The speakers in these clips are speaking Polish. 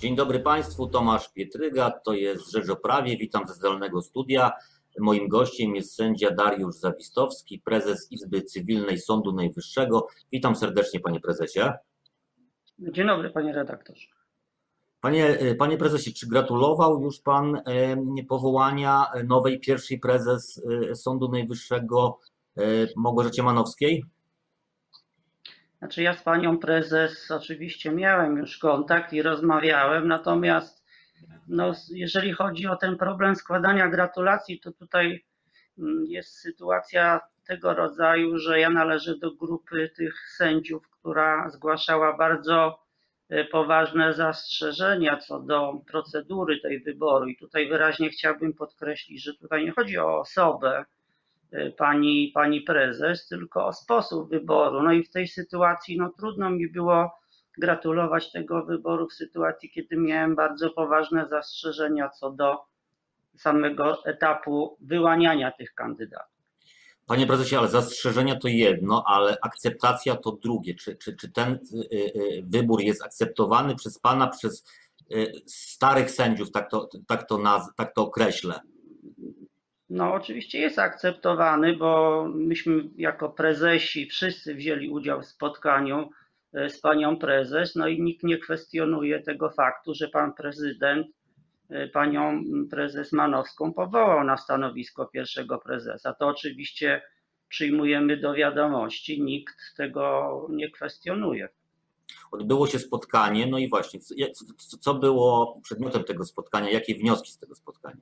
Dzień dobry Państwu, Tomasz Pietryga, to jest Rzecz o Prawie, witam ze zdalnego studia. Moim gościem jest sędzia Dariusz Zawistowski, prezes Izby Cywilnej Sądu Najwyższego. Witam serdecznie, panie prezesie. Dzień dobry, panie redaktorze. Panie prezesie, czy gratulował już pan powołania nowej pierwszej prezes Sądu Najwyższego Małgorzacie Manowskiej? Znaczy ja z panią prezes oczywiście miałem już kontakt i rozmawiałem, natomiast jeżeli chodzi o ten problem składania gratulacji, to tutaj jest sytuacja tego rodzaju, że ja należę do grupy tych sędziów, która zgłaszała bardzo poważne zastrzeżenia co do procedury tej wyboru i tutaj wyraźnie chciałbym podkreślić, że tutaj nie chodzi o osobę pani prezes, tylko o sposób wyboru. No i w tej sytuacji trudno mi było gratulować tego wyboru w sytuacji, kiedy miałem bardzo poważne zastrzeżenia co do samego etapu wyłaniania tych kandydatów. Panie prezesie, ale zastrzeżenia to jedno, ale akceptacja to drugie. Czy ten wybór jest akceptowany przez pana, przez starych sędziów, tak to określę? No oczywiście jest akceptowany, bo myśmy jako prezesi wszyscy wzięli udział w spotkaniu z panią prezes, no i nikt nie kwestionuje tego faktu, że pan prezydent panią prezes Manowską powołał na stanowisko pierwszego prezesa. To oczywiście przyjmujemy do wiadomości, nikt tego nie kwestionuje. Odbyło się spotkanie, no i właśnie, co było przedmiotem tego spotkania, jakie wnioski z tego spotkania?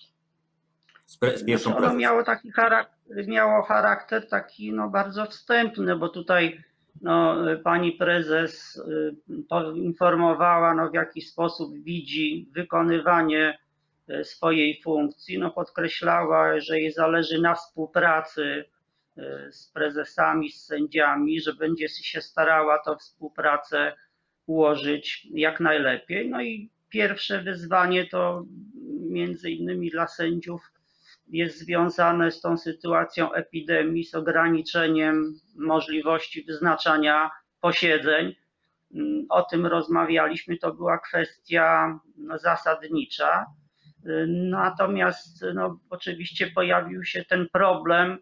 Z pierwszą prezes. Ono miało charakter taki bardzo wstępny, bo tutaj pani prezes poinformowała, w jaki sposób widzi wykonywanie swojej funkcji. Podkreślała, że jej zależy na współpracy z prezesami, z sędziami, że będzie się starała tę współpracę ułożyć jak najlepiej. No i pierwsze wyzwanie to między innymi dla sędziów jest związane z tą sytuacją epidemii, z ograniczeniem możliwości wyznaczania posiedzeń. O tym rozmawialiśmy, to była kwestia zasadnicza. Natomiast oczywiście pojawił się ten problem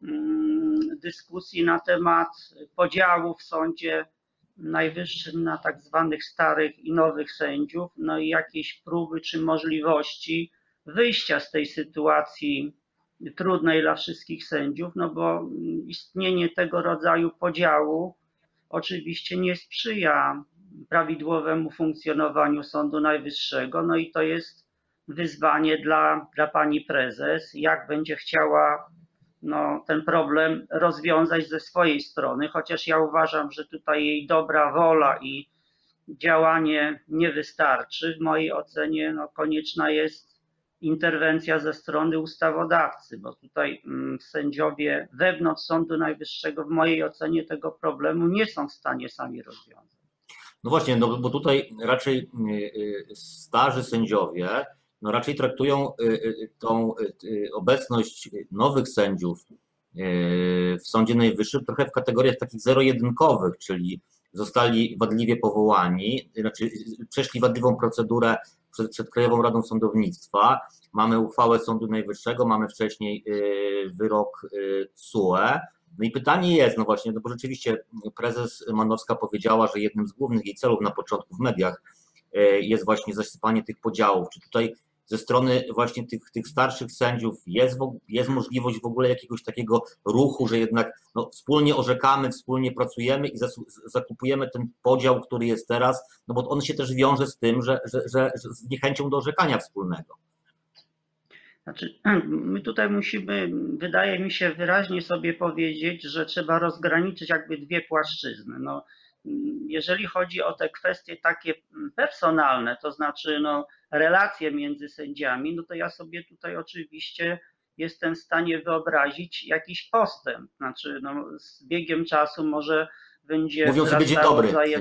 dyskusji na temat podziału w Sądzie Najwyższym na tak zwanych starych i nowych sędziów, i jakieś próby czy możliwości wyjścia z tej sytuacji trudnej dla wszystkich sędziów, bo istnienie tego rodzaju podziału oczywiście nie sprzyja prawidłowemu funkcjonowaniu Sądu Najwyższego, i to jest wyzwanie dla pani prezes, jak będzie chciała ten problem rozwiązać ze swojej strony, chociaż ja uważam, że tutaj jej dobra wola i działanie nie wystarczy. W mojej ocenie konieczna jest interwencja ze strony ustawodawcy, bo tutaj sędziowie wewnątrz Sądu Najwyższego w mojej ocenie tego problemu nie są w stanie sami rozwiązać. No właśnie, bo tutaj raczej starzy sędziowie raczej traktują tą obecność nowych sędziów w Sądzie Najwyższym trochę w kategoriach takich zero-jedynkowych, czyli zostali wadliwie powołani, znaczy przeszli wadliwą procedurę przed Krajową Radą Sądownictwa, mamy uchwałę Sądu Najwyższego, mamy wcześniej wyrok TSUE. No i pytanie jest, właśnie, bo rzeczywiście prezes Manowska powiedziała, że jednym z głównych jej celów na początku w mediach jest właśnie zasypanie tych podziałów. Czy tutaj ze strony właśnie tych starszych sędziów jest możliwość w ogóle jakiegoś takiego ruchu, że jednak wspólnie orzekamy, wspólnie pracujemy i zakupujemy ten podział, który jest teraz, bo on się też wiąże z tym, że z niechęcią do orzekania wspólnego. Znaczy, my tutaj musimy, wydaje mi się, wyraźnie sobie powiedzieć, że trzeba rozgraniczyć jakby dwie płaszczyzny. Jeżeli chodzi o te kwestie takie personalne, to znaczy relacje między sędziami, to ja sobie tutaj oczywiście jestem w stanie wyobrazić jakiś postęp. Znaczy z biegiem czasu może będzie wzrastało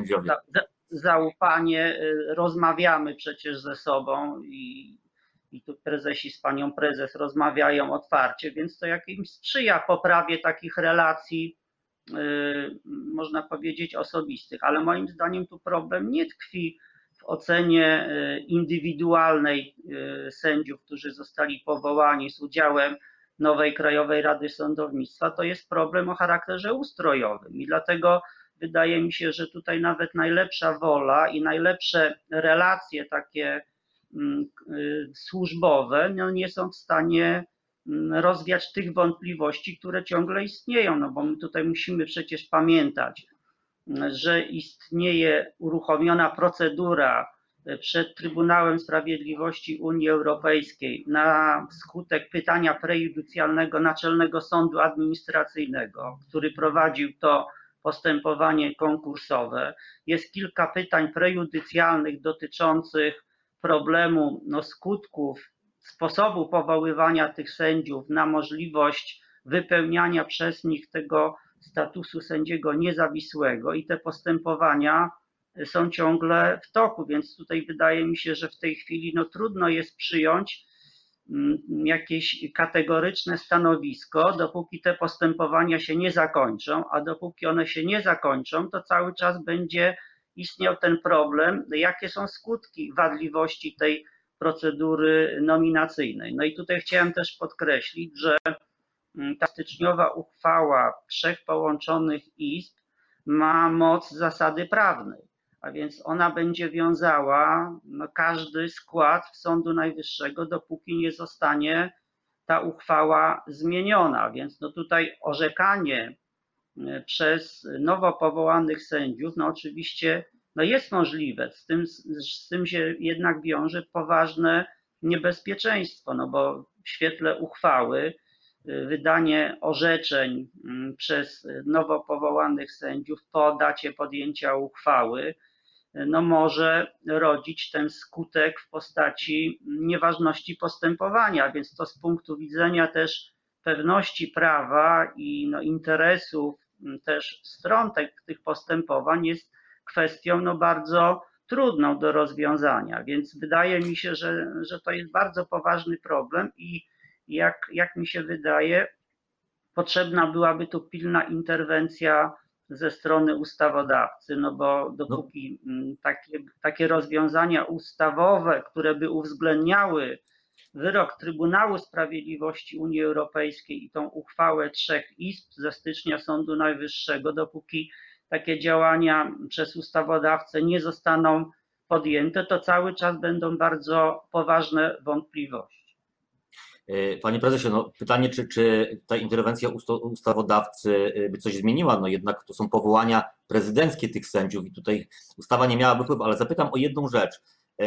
zaufanie, rozmawiamy przecież ze sobą i tu prezesi z panią prezes rozmawiają otwarcie, więc to jakimś sprzyja poprawie takich relacji, można powiedzieć, osobistych, ale moim zdaniem tu problem nie tkwi w ocenie indywidualnej sędziów, którzy zostali powołani z udziałem nowej Krajowej Rady Sądownictwa, to jest problem o charakterze ustrojowym i dlatego wydaje mi się, że tutaj nawet najlepsza wola i najlepsze relacje takie służbowe no nie są w stanie rozwiać tych wątpliwości, które ciągle istnieją, no bo my tutaj musimy przecież pamiętać, że istnieje uruchomiona procedura przed Trybunałem Sprawiedliwości Unii Europejskiej na skutek pytania prejudycjalnego Naczelnego Sądu Administracyjnego, który prowadził to postępowanie konkursowe. Jest kilka pytań prejudycjalnych dotyczących problemu skutków sposobu powoływania tych sędziów na możliwość wypełniania przez nich tego statusu sędziego niezawisłego i te postępowania są ciągle w toku, więc tutaj wydaje mi się, że w tej chwili trudno jest przyjąć jakieś kategoryczne stanowisko, dopóki te postępowania się nie zakończą, a dopóki one się nie zakończą, to cały czas będzie istniał ten problem, jakie są skutki wadliwości tej procedury nominacyjnej. No i tutaj chciałem też podkreślić, że ta styczniowa uchwała trzech połączonych izb ma moc zasady prawnej, a więc ona będzie wiązała każdy skład Sądu Najwyższego, dopóki nie zostanie ta uchwała zmieniona. Więc tutaj orzekanie przez nowo powołanych sędziów, oczywiście jest możliwe. Z tym się jednak wiąże poważne niebezpieczeństwo, bo w świetle uchwały wydanie orzeczeń przez nowo powołanych sędziów po dacie podjęcia uchwały może rodzić ten skutek w postaci nieważności postępowania, więc to z punktu widzenia też pewności prawa i interesów też stron tych postępowań jest kwestią bardzo trudną do rozwiązania, więc wydaje mi się, że to jest bardzo poważny problem i jak mi się wydaje, potrzebna byłaby tu pilna interwencja ze strony ustawodawcy, bo dopóki takie rozwiązania ustawowe, które by uwzględniały wyrok Trybunału Sprawiedliwości Unii Europejskiej i tą uchwałę trzech izb ze stycznia Sądu Najwyższego, dopóki takie działania przez ustawodawcę nie zostaną podjęte, to cały czas będą bardzo poważne wątpliwości. Panie prezesie, pytanie, czy ta interwencja ustawodawcy by coś zmieniła? Jednak to są powołania prezydenckie tych sędziów i tutaj ustawa nie miałaby wpływu, ale zapytam o jedną rzecz.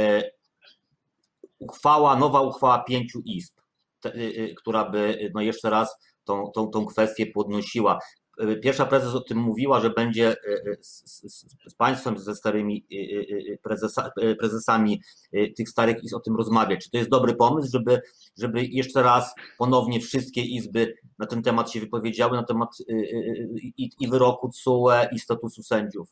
Nowa uchwała 5 izb, która by jeszcze raz tą kwestię podnosiła. Pierwsza prezes o tym mówiła, że będzie z państwem, ze starymi prezesami tych starych izb o tym rozmawiać. Czy to jest dobry pomysł, żeby jeszcze raz ponownie wszystkie izby na ten temat się wypowiedziały, na temat i wyroku TSUE i statusu sędziów?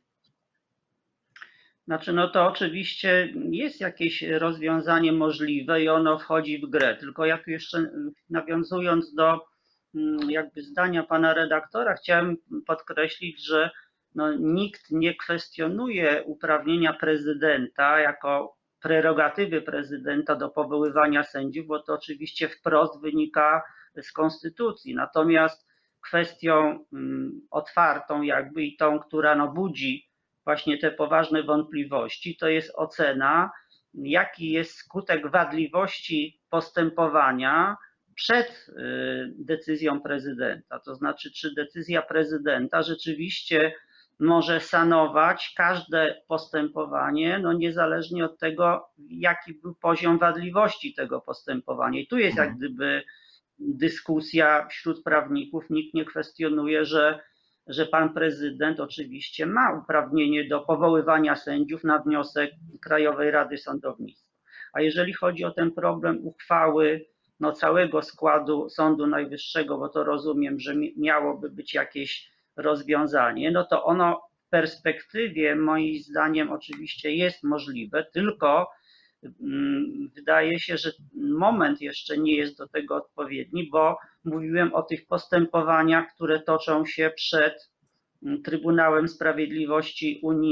To oczywiście jest jakieś rozwiązanie możliwe i ono wchodzi w grę, tylko ja tu jeszcze nawiązując do zdania pana redaktora, chciałem podkreślić, że nikt nie kwestionuje uprawnienia prezydenta jako prerogatywy prezydenta do powoływania sędziów, bo to oczywiście wprost wynika z konstytucji. Natomiast kwestią otwartą i tą, która budzi właśnie te poważne wątpliwości, to jest ocena, jaki jest skutek wadliwości postępowania przed decyzją prezydenta. To znaczy, czy decyzja prezydenta rzeczywiście może sanować każde postępowanie, niezależnie od tego, jaki był poziom wadliwości tego postępowania. I tu jest jak gdyby dyskusja wśród prawników. Nikt nie kwestionuje, że pan prezydent oczywiście ma uprawnienie do powoływania sędziów na wniosek Krajowej Rady Sądownictwa. A jeżeli chodzi o ten problem uchwały całego składu Sądu Najwyższego, bo to rozumiem, że miałoby być jakieś rozwiązanie, to ono w perspektywie moim zdaniem oczywiście jest możliwe, tylko wydaje się, że moment jeszcze nie jest do tego odpowiedni, bo mówiłem o tych postępowaniach, które toczą się przed Trybunałem Sprawiedliwości Unii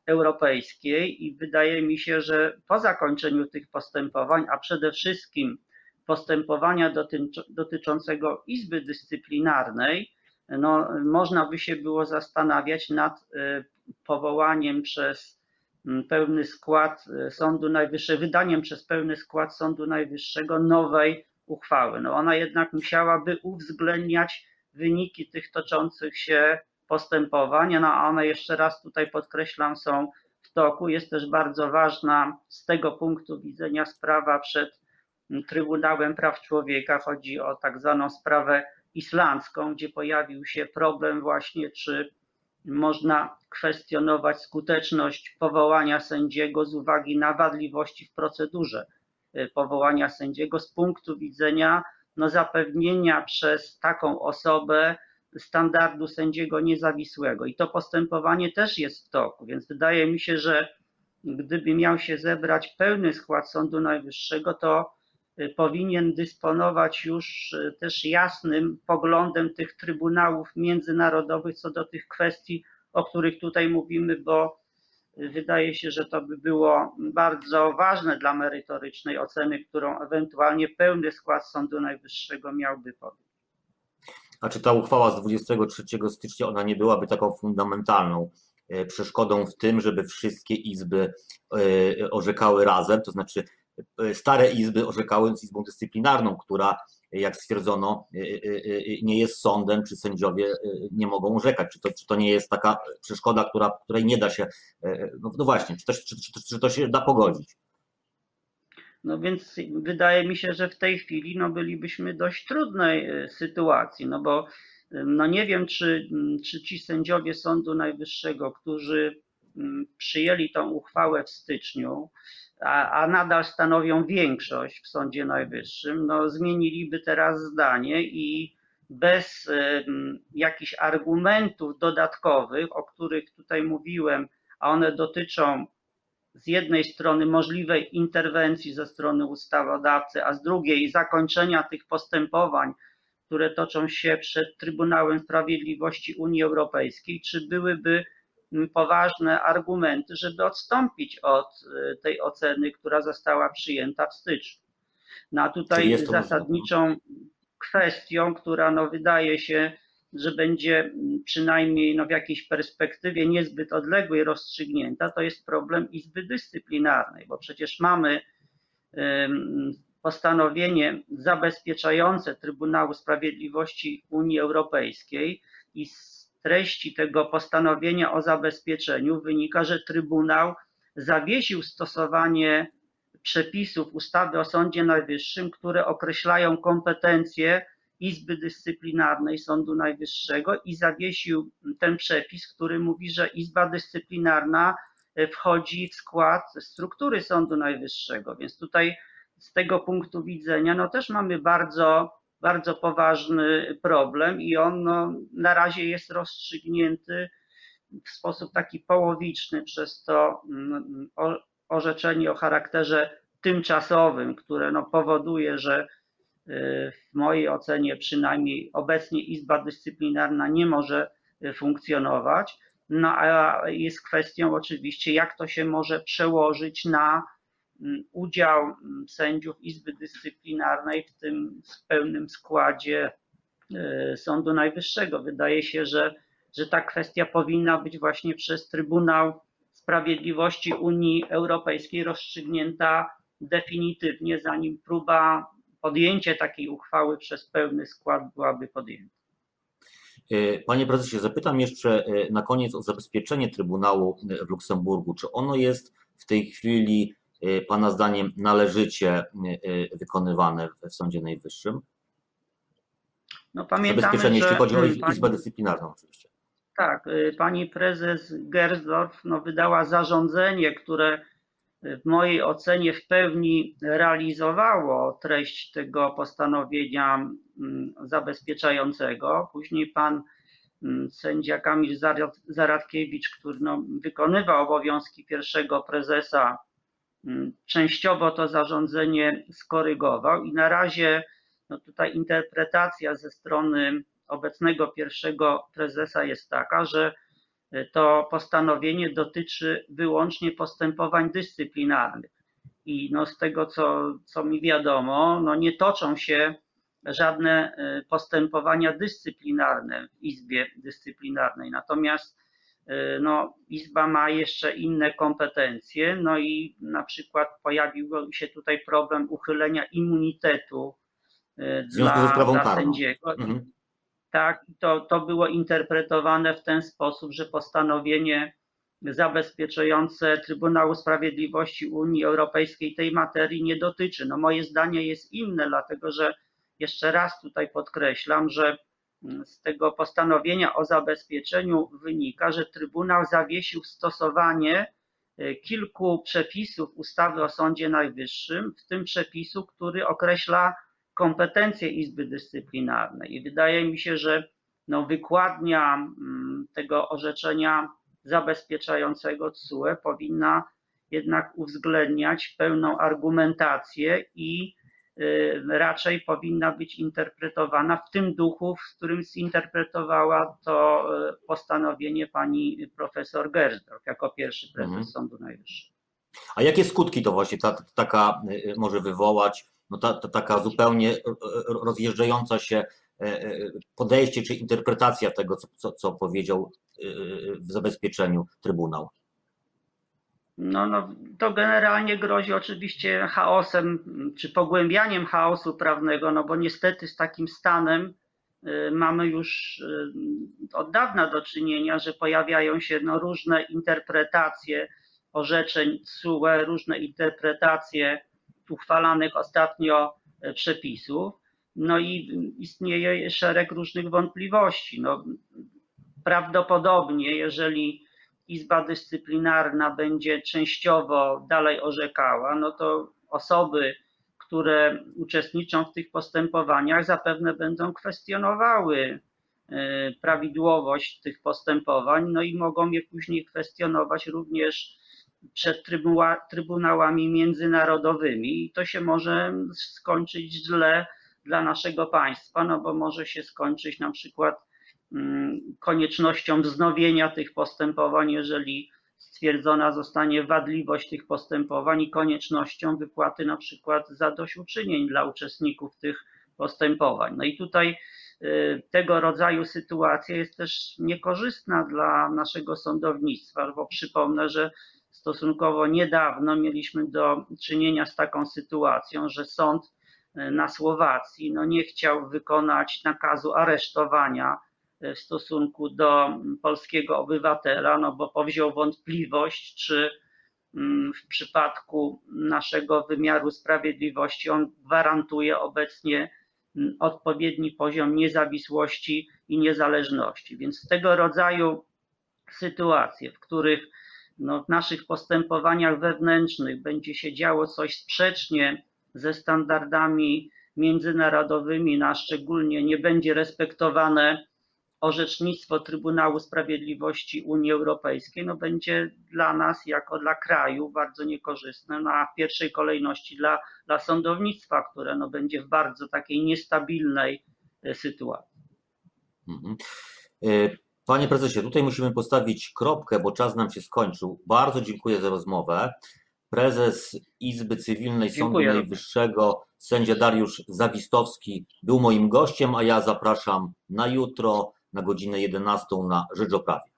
Europejskiej i wydaje mi się, że po zakończeniu tych postępowań, a przede wszystkim postępowania dotyczącego Izby Dyscyplinarnej, no, można by się było zastanawiać nad powołaniem przez pełny skład Sądu Najwyższego, wydaniem przez pełny skład Sądu Najwyższego nowej uchwały. No, ona jednak musiałaby uwzględniać wyniki tych toczących się postępowań, no a one, jeszcze raz tutaj podkreślam, są w toku. Jest też bardzo ważna z tego punktu widzenia sprawa przed Trybunałem Praw Człowieka. Chodzi o tak zwaną sprawę islandzką, gdzie pojawił się problem właśnie, czy można kwestionować skuteczność powołania sędziego z uwagi na wadliwości w procedurze powołania sędziego z punktu widzenia zapewnienia przez taką osobę standardu sędziego niezawisłego. I to postępowanie też jest w toku, więc wydaje mi się, że gdyby miał się zebrać pełny skład Sądu Najwyższego, to powinien dysponować już też jasnym poglądem tych trybunałów międzynarodowych co do tych kwestii, o których tutaj mówimy, bo wydaje się, że to by było bardzo ważne dla merytorycznej oceny, którą ewentualnie pełny skład Sądu Najwyższego miałby podjąć. A czy ta uchwała z 23 stycznia, ona nie byłaby taką fundamentalną przeszkodą w tym, żeby wszystkie izby orzekały razem, to znaczy stare izby orzekały z Izbą Dyscyplinarną, która, jak stwierdzono, nie jest sądem, czy sędziowie nie mogą orzekać. Czy to nie jest taka przeszkoda, której nie da się, no właśnie, czy to się da pogodzić? No więc wydaje mi się, że w tej chwili bylibyśmy w dość trudnej sytuacji, bo nie wiem, czy ci sędziowie Sądu Najwyższego, którzy przyjęli tą uchwałę w styczniu, a nadal stanowią większość w Sądzie Najwyższym, zmieniliby teraz zdanie i bez jakichś argumentów dodatkowych, o których tutaj mówiłem, a one dotyczą z jednej strony możliwej interwencji ze strony ustawodawcy, a z drugiej zakończenia tych postępowań, które toczą się przed Trybunałem Sprawiedliwości Unii Europejskiej, czy byłyby poważne argumenty, żeby odstąpić od tej oceny, która została przyjęta w styczniu. A tutaj zasadniczą kwestią, która wydaje się, że będzie przynajmniej w jakiejś perspektywie niezbyt odległej rozstrzygnięta, to jest problem Izby Dyscyplinarnej, bo przecież mamy postanowienie zabezpieczające Trybunału Sprawiedliwości Unii Europejskiej i z treści tego postanowienia o zabezpieczeniu wynika, że Trybunał zawiesił stosowanie przepisów ustawy o Sądzie Najwyższym, które określają kompetencje Izby Dyscyplinarnej Sądu Najwyższego i zawiesił ten przepis, który mówi, że Izba Dyscyplinarna wchodzi w skład struktury Sądu Najwyższego. Więc tutaj z tego punktu widzenia też mamy bardzo, bardzo poważny problem i on na razie jest rozstrzygnięty w sposób taki połowiczny przez to orzeczenie o charakterze tymczasowym, które powoduje, że w mojej ocenie przynajmniej obecnie Izba Dyscyplinarna nie może funkcjonować. A jest kwestią oczywiście, jak to się może przełożyć na udział sędziów Izby Dyscyplinarnej w tym pełnym składzie Sądu Najwyższego. Wydaje się, że ta kwestia powinna być właśnie przez Trybunał Sprawiedliwości Unii Europejskiej rozstrzygnięta definitywnie, zanim próba podjęcia takiej uchwały przez pełny skład byłaby podjęta. Panie prezesie, zapytam jeszcze na koniec o zabezpieczenie Trybunału w Luksemburgu. Czy ono jest w tej chwili Pana zdaniem należycie wykonywane w Sądzie Najwyższym? Pamiętamy, zabezpieczenie, jeśli chodzi o Izbę pani, Dyscyplinarną oczywiście. Tak, pani prezes Gersdorf wydała zarządzenie, które w mojej ocenie w pełni realizowało treść tego postanowienia zabezpieczającego. Później pan sędzia Kamil Zaradkiewicz, który wykonywał obowiązki pierwszego prezesa, częściowo to zarządzenie skorygował i na razie tutaj interpretacja ze strony obecnego pierwszego prezesa jest taka, że to postanowienie dotyczy wyłącznie postępowań dyscyplinarnych. I no z tego, co mi wiadomo, no nie toczą się żadne postępowania dyscyplinarne w Izbie Dyscyplinarnej. Natomiast no, Izba ma jeszcze inne kompetencje, no i na przykład pojawił się tutaj problem uchylenia immunitetu W związku ze sprawą dla karną. sędziego. Tak, to było interpretowane w ten sposób, że postanowienie zabezpieczające Trybunału Sprawiedliwości Unii Europejskiej tej materii nie dotyczy. No moje zdanie jest inne, dlatego że jeszcze raz tutaj podkreślam, że z tego postanowienia o zabezpieczeniu wynika, że Trybunał zawiesił stosowanie kilku przepisów ustawy o Sądzie Najwyższym, w tym przepisu, który określa kompetencje Izby Dyscyplinarnej. I wydaje mi się, że no, wykładnia tego orzeczenia zabezpieczającego TSUE powinna jednak uwzględniać pełną argumentację i raczej powinna być interpretowana w tym duchu, w którym zinterpretowała to postanowienie pani profesor Gersdorf jako pierwszy prezes Sądu Najwyższego. A jakie skutki to właśnie taka może wywołać, no taka zupełnie rozjeżdżająca się podejście czy interpretacja tego, co powiedział w zabezpieczeniu Trybunał? No, to generalnie grozi oczywiście chaosem, czy pogłębianiem chaosu prawnego, no bo niestety z takim stanem mamy już od dawna do czynienia, że pojawiają się no, różne interpretacje orzeczeń TSUE, różne interpretacje uchwalanych ostatnio przepisów, no i istnieje szereg różnych wątpliwości. No, prawdopodobnie, jeżeli Izba Dyscyplinarna będzie częściowo dalej orzekała, no to osoby, które uczestniczą w tych postępowaniach, zapewne będą kwestionowały prawidłowość tych postępowań, no i mogą je później kwestionować również przed trybunałami międzynarodowymi i to się może skończyć źle dla naszego państwa, no bo może się skończyć na przykład koniecznością wznowienia tych postępowań, jeżeli stwierdzona zostanie wadliwość tych postępowań i koniecznością wypłaty na przykład zadośćuczynień dla uczestników tych postępowań. No i tutaj tego rodzaju sytuacja jest też niekorzystna dla naszego sądownictwa, bo przypomnę, że stosunkowo niedawno mieliśmy do czynienia z taką sytuacją, że sąd na Słowacji no nie chciał wykonać nakazu aresztowania w stosunku do polskiego obywatela, no bo powziął wątpliwość, czy w przypadku naszego wymiaru sprawiedliwości on gwarantuje obecnie odpowiedni poziom niezawisłości i niezależności. Więc tego rodzaju sytuacje, w których no, w naszych postępowaniach wewnętrznych będzie się działo coś sprzecznie ze standardami międzynarodowymi, no, a szczególnie nie będzie respektowane orzecznictwo Trybunału Sprawiedliwości Unii Europejskiej, no będzie dla nas jako dla kraju bardzo niekorzystne, no a w pierwszej kolejności dla sądownictwa, które no będzie w bardzo takiej niestabilnej sytuacji. Panie prezesie, tutaj musimy postawić kropkę, bo czas nam się skończył. Bardzo dziękuję za rozmowę. Prezes Izby Cywilnej Sądu Najwyższego, sędzia Dariusz Zawistowski był moim gościem, a ja zapraszam na jutro na godzinę 11 na Rzecz o Prawie.